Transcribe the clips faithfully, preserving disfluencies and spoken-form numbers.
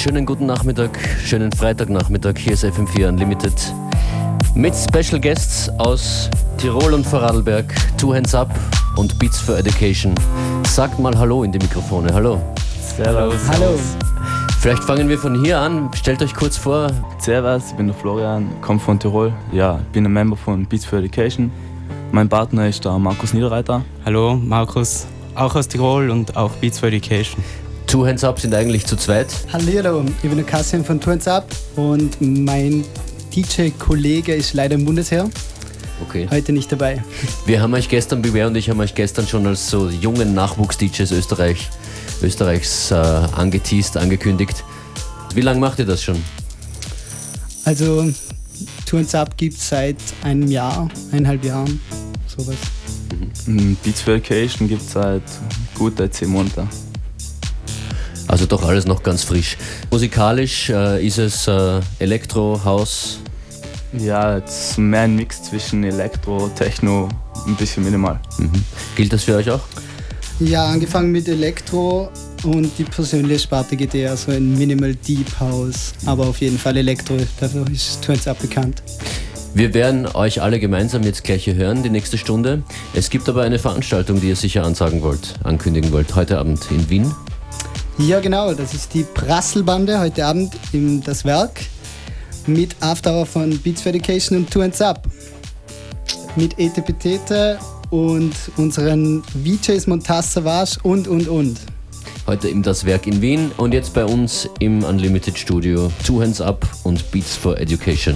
Schönen guten Nachmittag, schönen Freitagnachmittag. Hier ist F M vier Unlimited mit Special Guests aus Tirol und Vorarlberg, Two Hands Up und Beats for Education. Sagt mal Hallo in die Mikrofone. Hallo. Servus. Hallo. Vielleicht fangen wir von hier an. Stellt euch kurz vor. Servus, ich bin der Florian, komme von Tirol. Ja, ich bin ein Member von Beats for Education. Mein Partner ist der Markus Niederreiter. Hallo, Markus, auch aus Tirol und auch Beats for Education. Two Hands Up sind eigentlich zu zweit. Hallihallo, ich bin der Kassian von Two Hands Up und mein D J-Kollege ist leider im Bundesheer. Okay. Heute nicht dabei. Wir haben euch gestern, Beware und ich haben euch gestern schon als so jungen Nachwuchs-D Js Österreich, Österreichs äh, angeteased, angekündigt. Wie lange macht ihr das schon? Also Two Hands Up gibt es seit einem Jahr, eineinhalb Jahren, sowas. Mhm. Beats for Education gibt es seit gut zehn Monaten. Also doch alles noch ganz frisch. Musikalisch äh, ist es äh, Elektro, House? Ja, es ist mehr ein Mix zwischen Elektro, Techno, ein bisschen minimal. Mhm. Gilt das für euch auch? Ja, angefangen mit Elektro und die persönliche Sparte geht eher so in Minimal Deep House, aber auf jeden Fall Elektro, dafür ist Two Hands Up bekannt. Wir werden euch alle gemeinsam jetzt gleich hier hören, die nächste Stunde. Es gibt aber eine Veranstaltung, die ihr sicher ansagen wollt, ankündigen wollt, heute Abend in Wien. Ja, genau, das ist die Prasselbande heute Abend im Das Werk mit After Hour von Beats for Education und Two Hands Up. Mit Etepetete und unseren V Js Montas Savage und, und, und. Heute im Das Werk in Wien und jetzt bei uns im Unlimited Studio Two Hands Up und Beats for Education.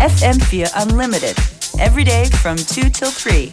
F M four Unlimited, every day from two till three.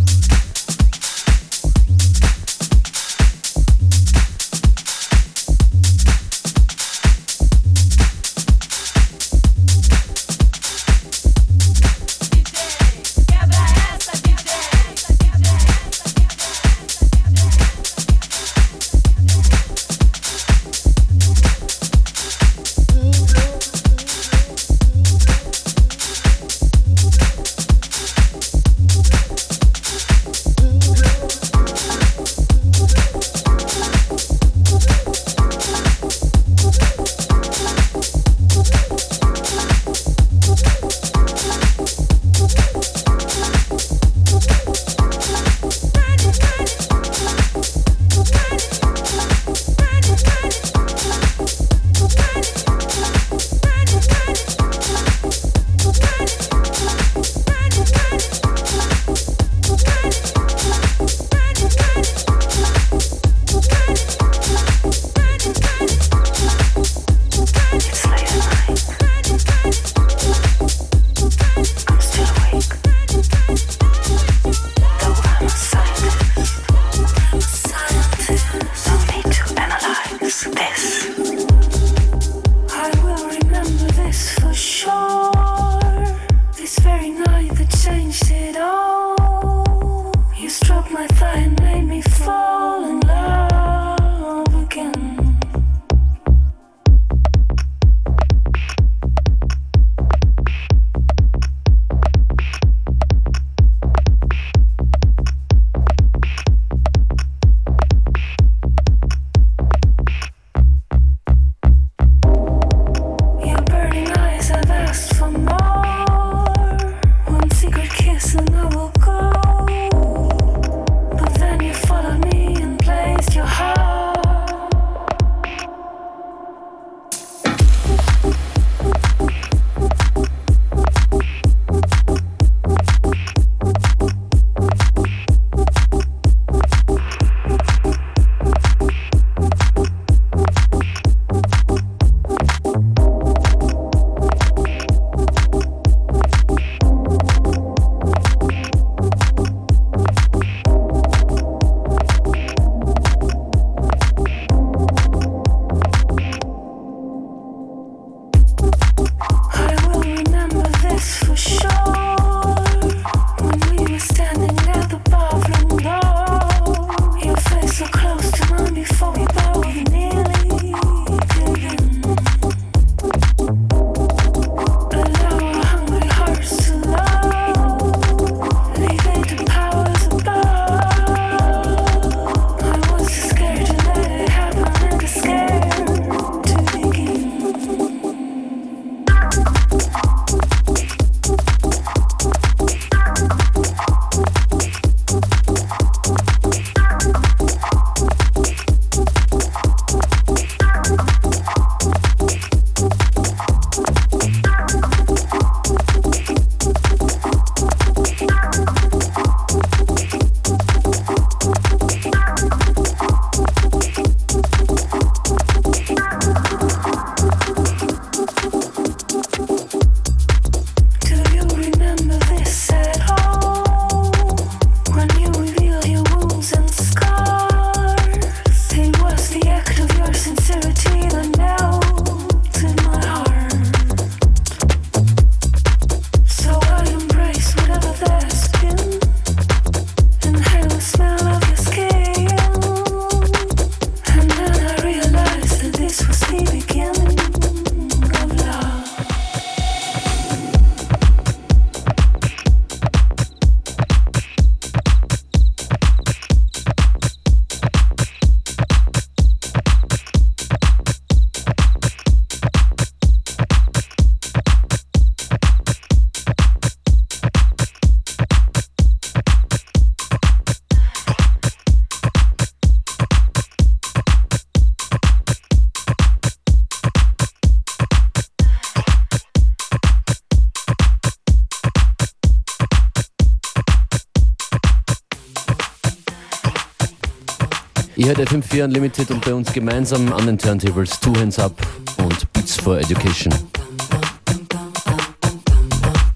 Ihr hört F M four Unlimited und bei uns gemeinsam an den Turntables Two Hands Up und Beats for Education.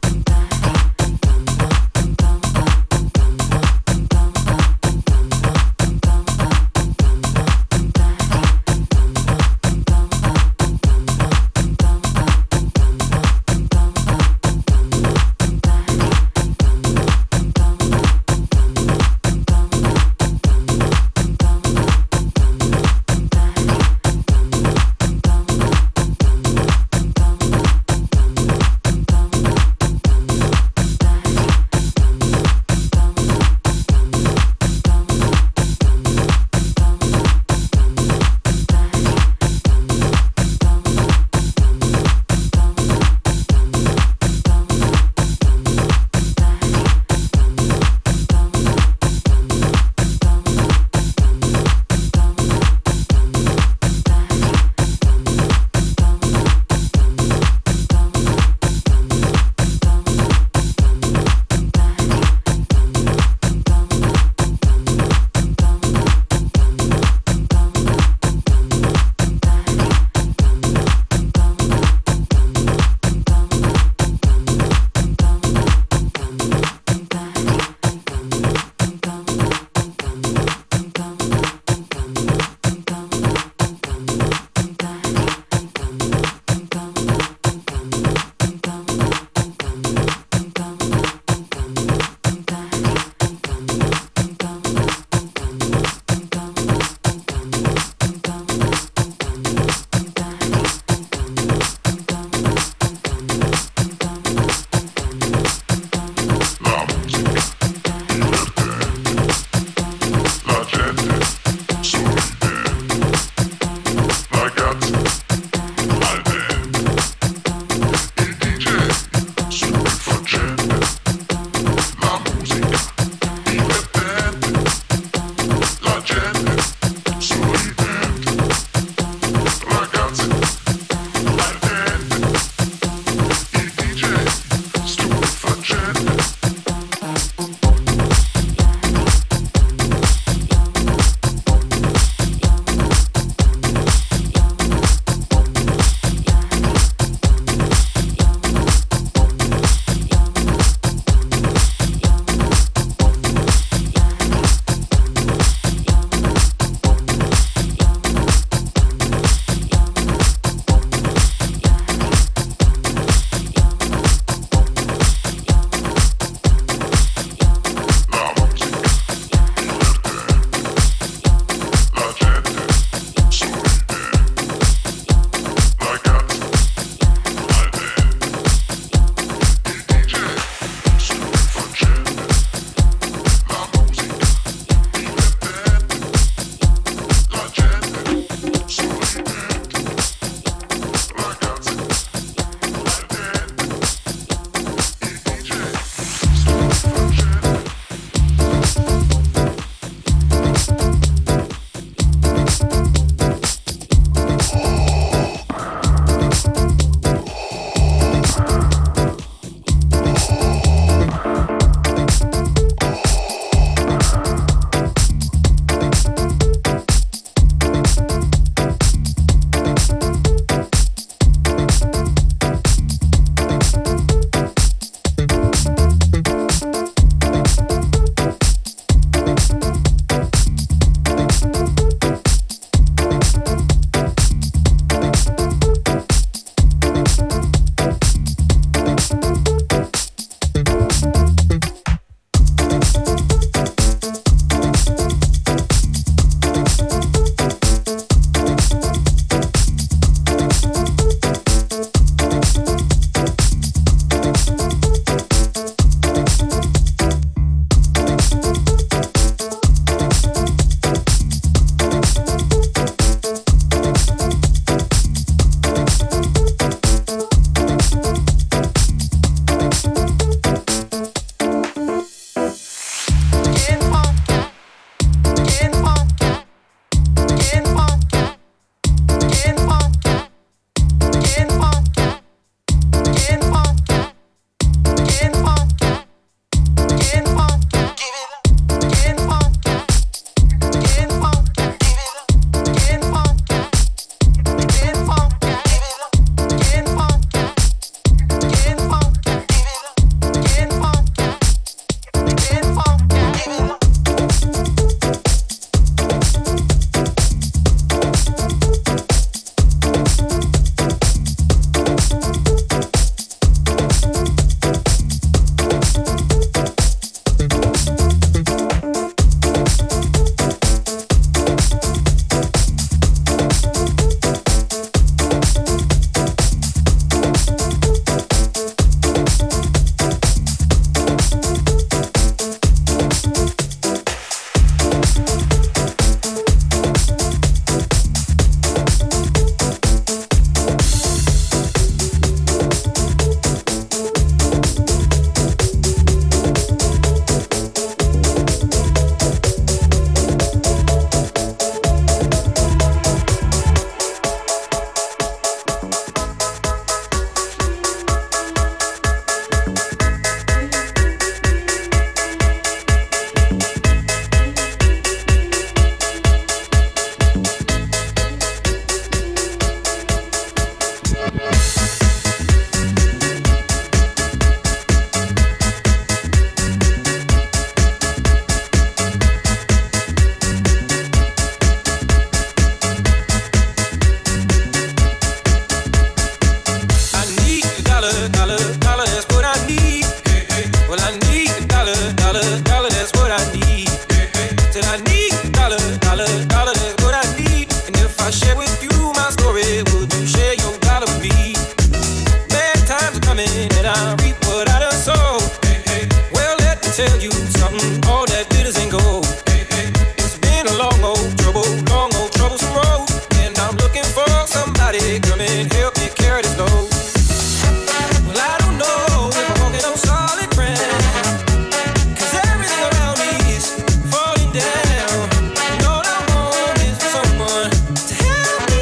and I reap what I done sow. Well, let me tell you something, all that glitters ain't gold. It's been a long old trouble, long old troublesome road, and I'm looking for somebody come and help me carry this load. Well, I don't know if I'm walking on solid ground, 'cause everything around me is falling down, and all I want is for someone to help me.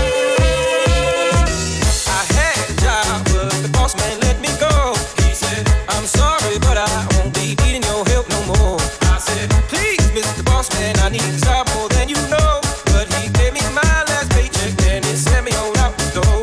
I had a job, but the boss man let me go. He said, I'm sorry, but I won't be needing your help no more. I said, please, Mister Boss Man, I need to stop more than you know. But he gave me my last paycheck and he sent me on out the door.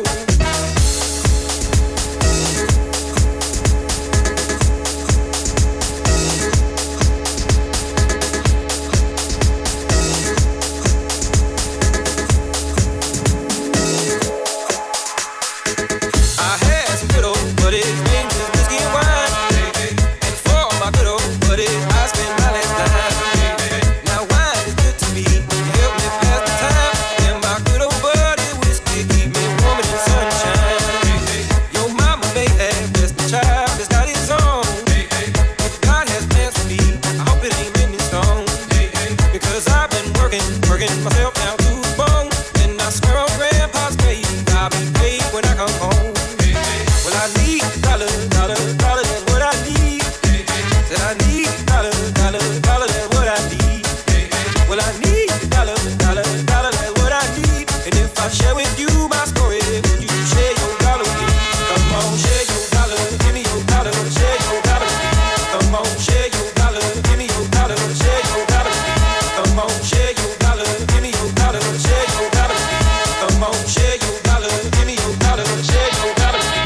I had some good old buddies named just whiskey and wine, and for my good old buddies I spent my last dime. Now wine is good to me, it help me pass the time, and my good old buddy whiskey keep me warm in the sunshine. Your mama may have blessed the child that's not his own, but God has plans for me, I hope it ain't in his stone, because I've been working, working myself down to the bone, and I swear on Grandpa's grave I'll be paid when I come home. Well, I need dollar, dollar, dollar, that's what I need. Said I need dollar, dollar, dollar, that's what I need. Well, I need dollar, dollar, dollar, that's what I need. And if I share with you my story, would you share your dollar with me? Come on, share your dollar, give me your dollar, share your dollar with me. Come on, share your dollar, give me your dollar, share your dollar with me. Come on, share your dollar, give me your dollar, share your dollar with me. Come on, share your dollar, give me your dollar, share your dollar with me.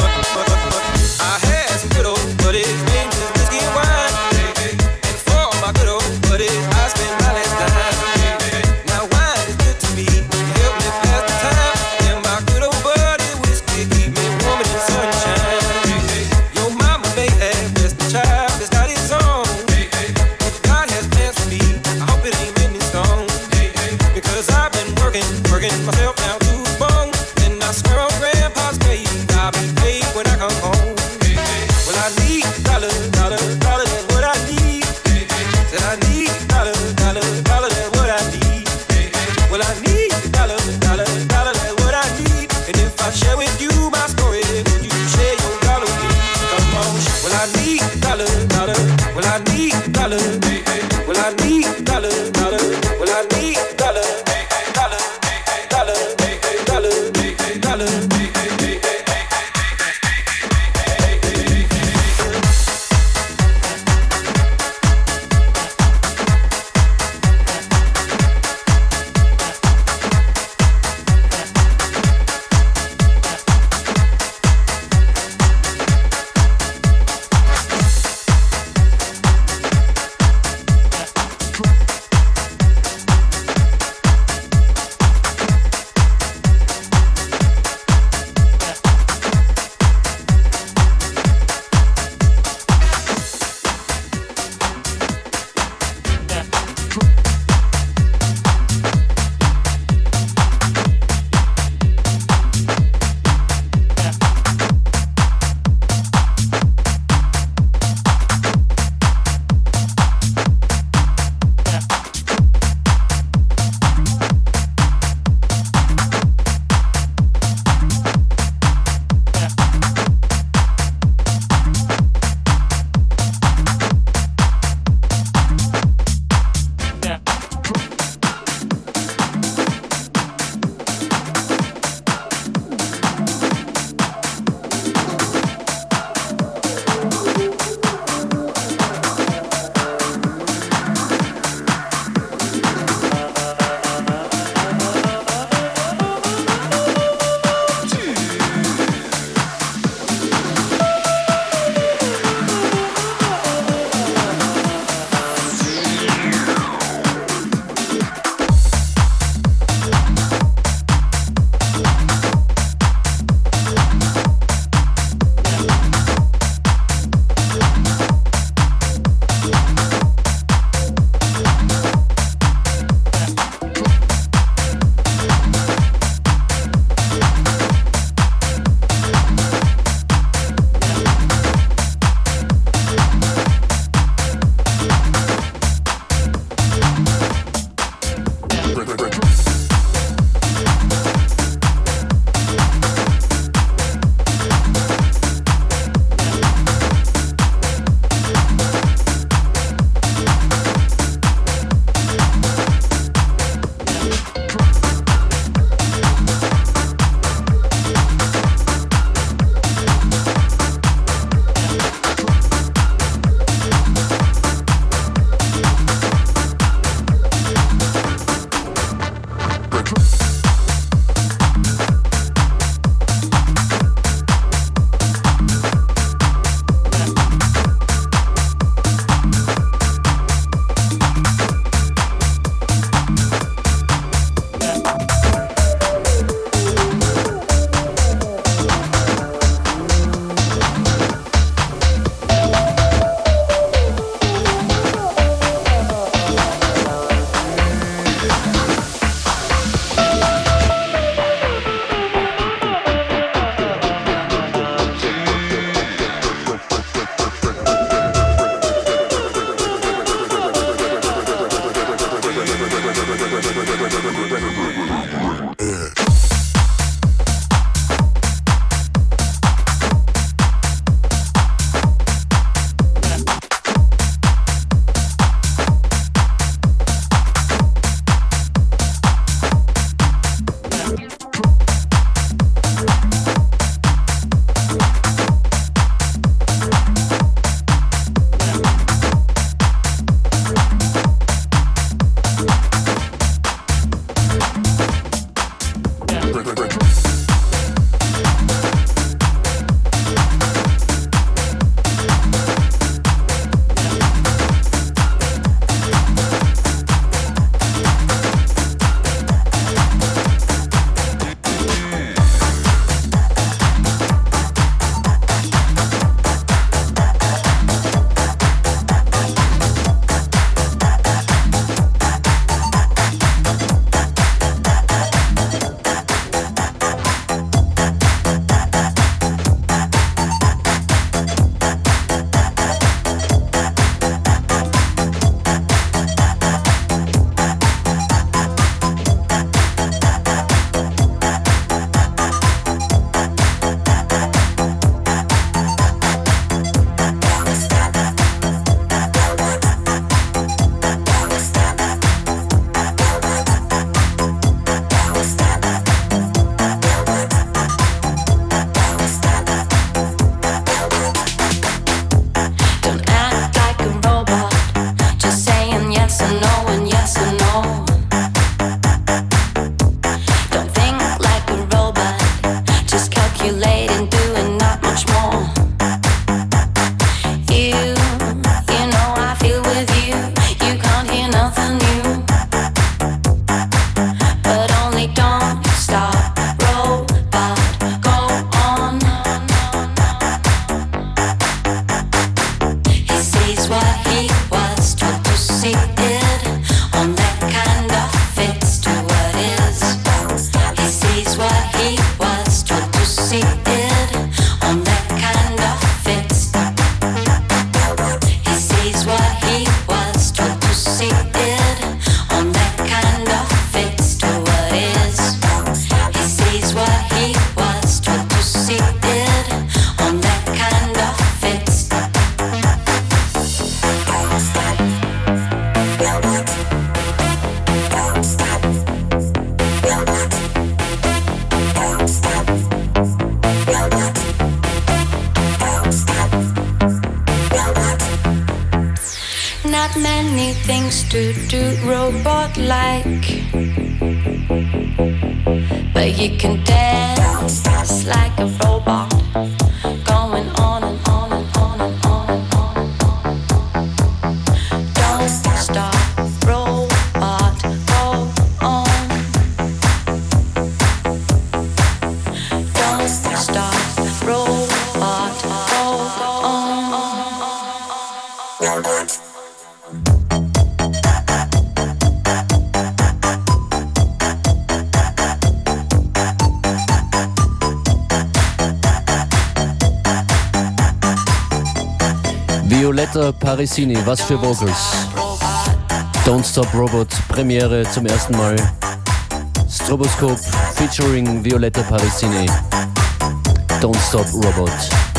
I had some good old buddies named just whiskey and wine, and for my good old buddies I spent my last dime. Now wine is good to me, it help me pass the time, and my good old buddy whiskey keep me warm in the sunshine. Your mama may have blessed the child that's not his own, but God has plans for me, I hope it ain't in his stone, because I've been working, working myself down to the bone, and I swear on Grandpa's grave I'll be paid when I come home. Well, I need dollar, dollar, dollar, that's what I need. Said I need dollar, dollar, dollar, that's what I need. Well, I need dollar, dollar, dollar, that's what I need. And if I share with you my story, would you share your dollar with me? Come on. Well, I need dollar, dollar, well, I need dollar, well, I need dollar, dollar, well, I need dollar, dollar, dollar, dollar, dollar. not many things to do robot-like, but you can dance like a robot, going on and on and on and on and on. Don't stop, robot, go on. Don't stop, robot, go on. Robot. Violetta Parisini, was für Vocals. Don't Stop Robot, Premiere zum ersten Mal. Stroboscope featuring Violetta Parisini. Don't Stop Robot.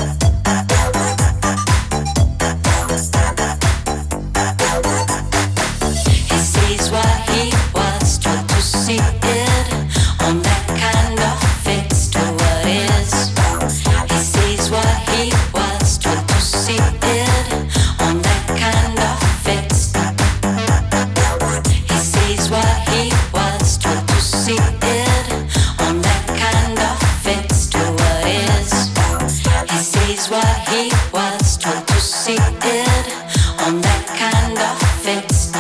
He sees what he was told to see it, on that kind of fits to what is. He sees what he was told to see it, on that kind of fits. He sees what he was told to see it, on that kind of fits to what is. He sees what he was told to see it, on that kind of fits.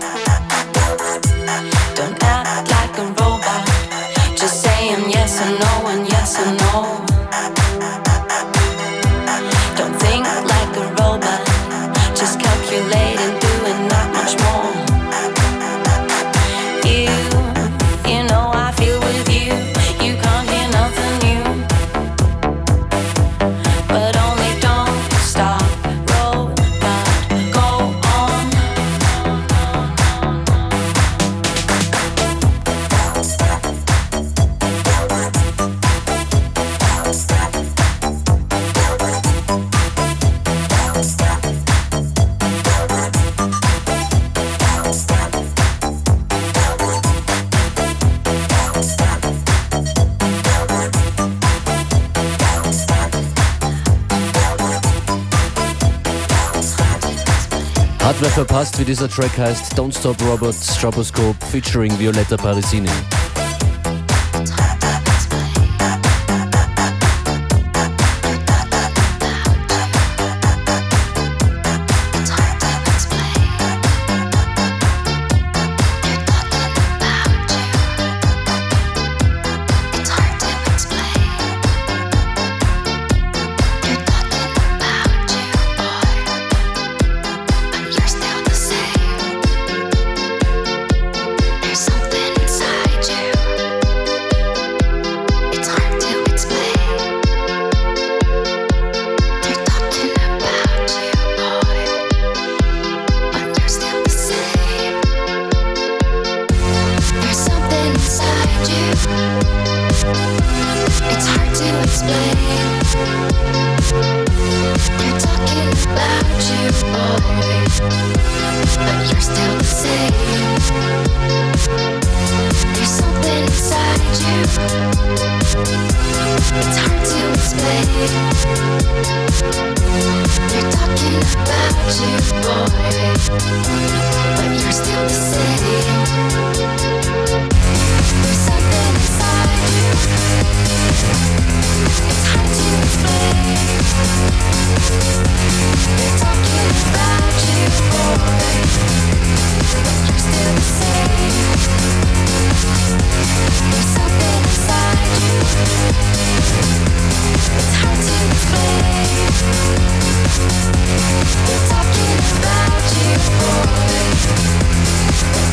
Don't act like a robot, just saying yes and no and yes and no. Don't think like a robot, just calculate and do it, not much more. You, you know I feel with you, you can't hear nothing new, but only don't stop, robot, go on. Hat wer verpasst, wie dieser Track heißt? Don't Stop Robot, Stroboscope featuring Violetta Parisini. Talking about you, boy.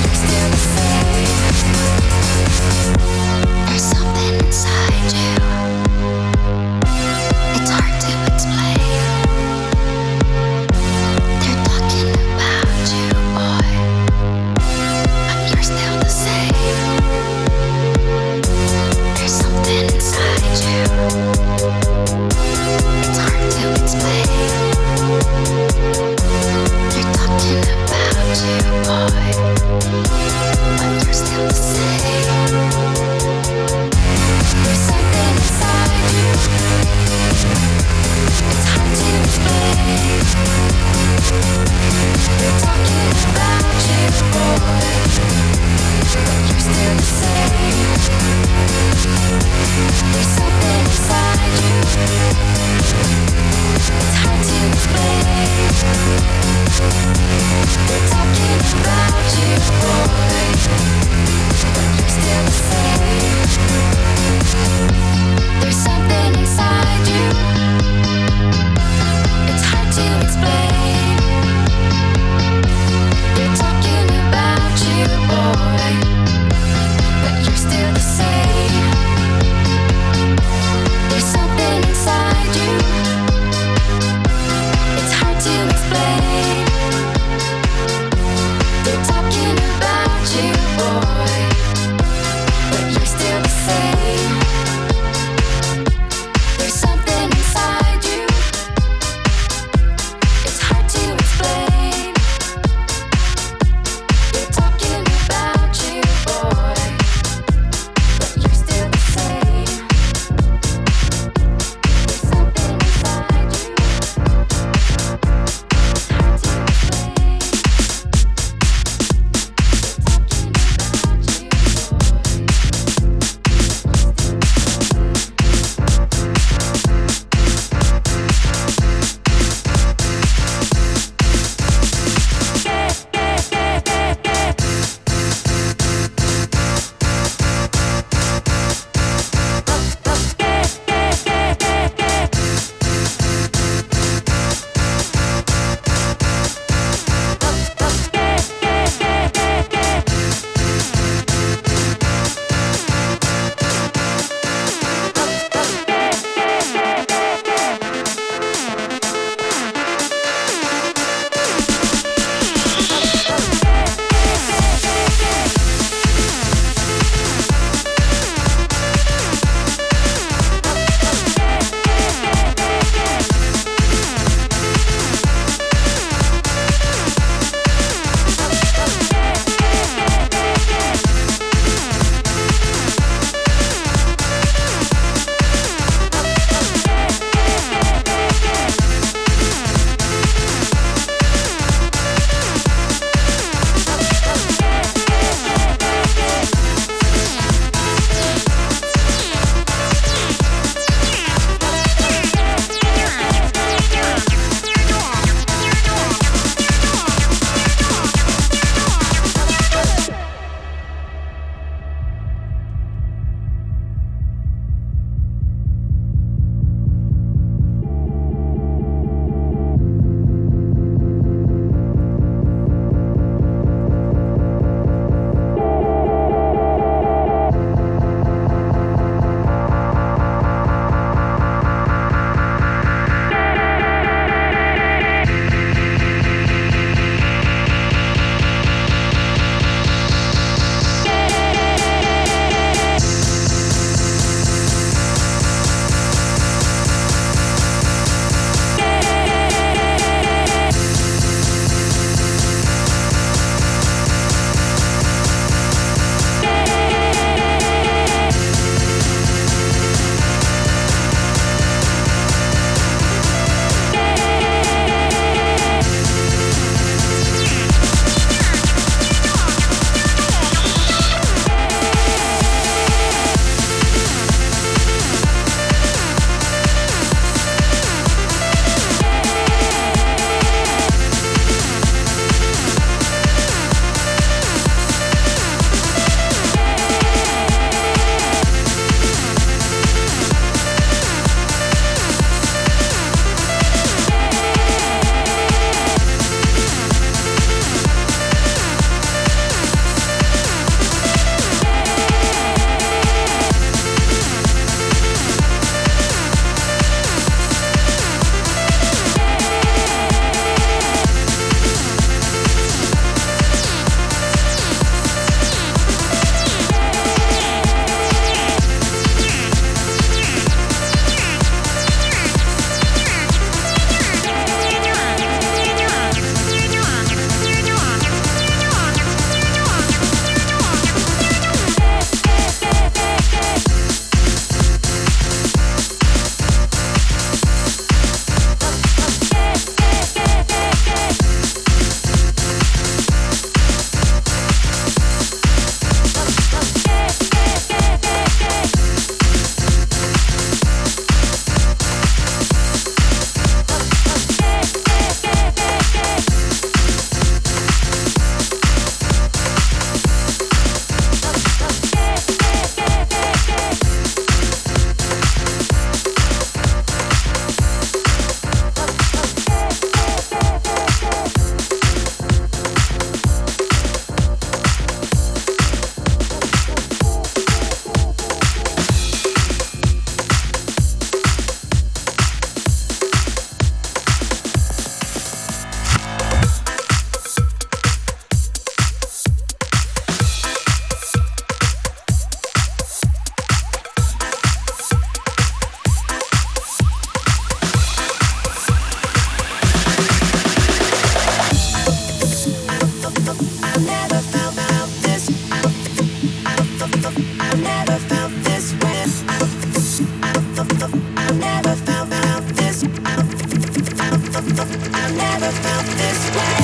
I've never felt this way.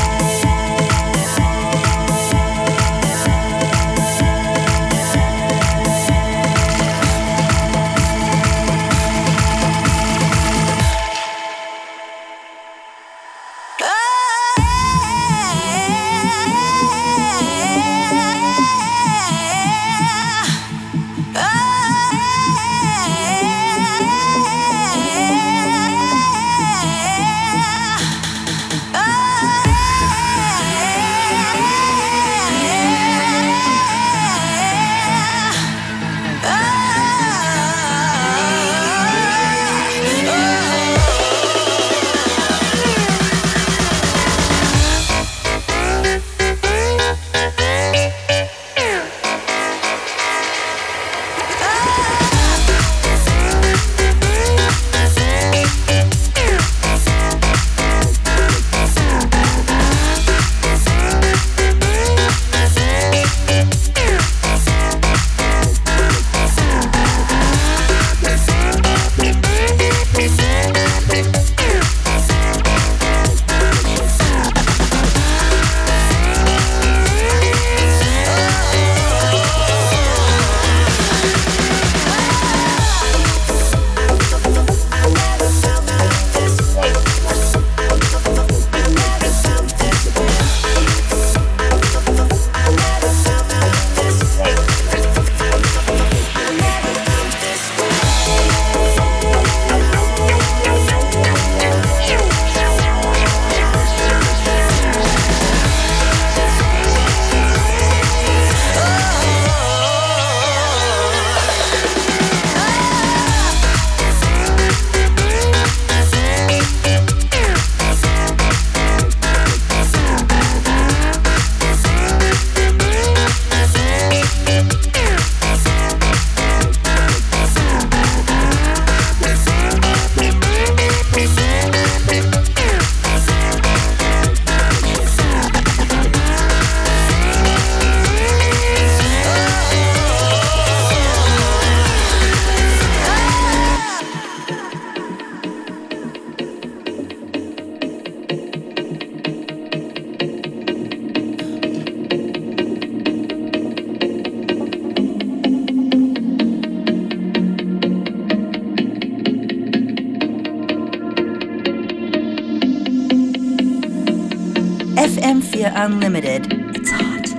F M vier Unlimited. It's hot.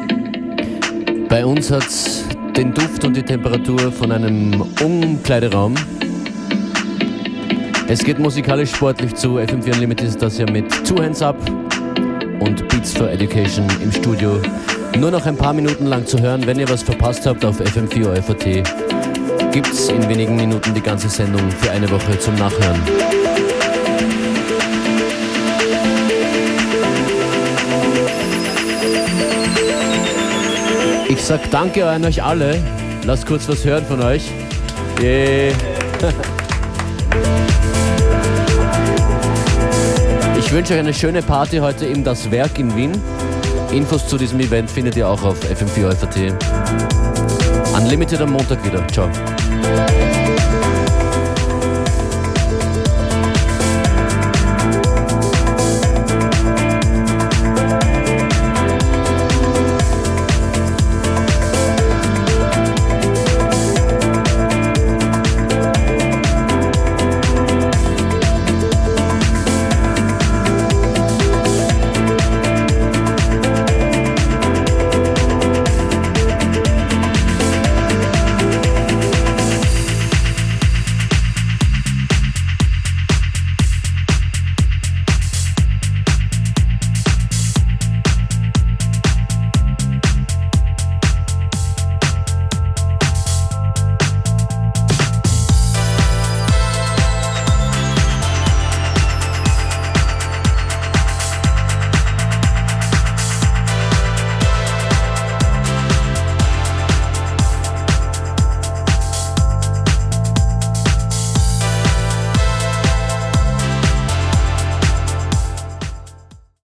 Bei uns hat es den Duft und die Temperatur von einem Umkleideraum. Es geht musikalisch sportlich zu. F M vier Unlimited ist das ja mit Two Hands Up und Beats for Education im Studio. Nur noch ein paar Minuten lang zu hören. Wenn ihr was verpasst habt auf F M vier O F A T, gibt es in wenigen Minuten die ganze Sendung für eine Woche zum Nachhören. Ich sag danke an euch alle. Lasst kurz was hören von euch. Yeah. Ich wünsche euch eine schöne Party heute im Das Werk in Wien. Infos zu diesem Event findet ihr auch auf F M vier O F A T. Unlimited am Montag wieder. Ciao.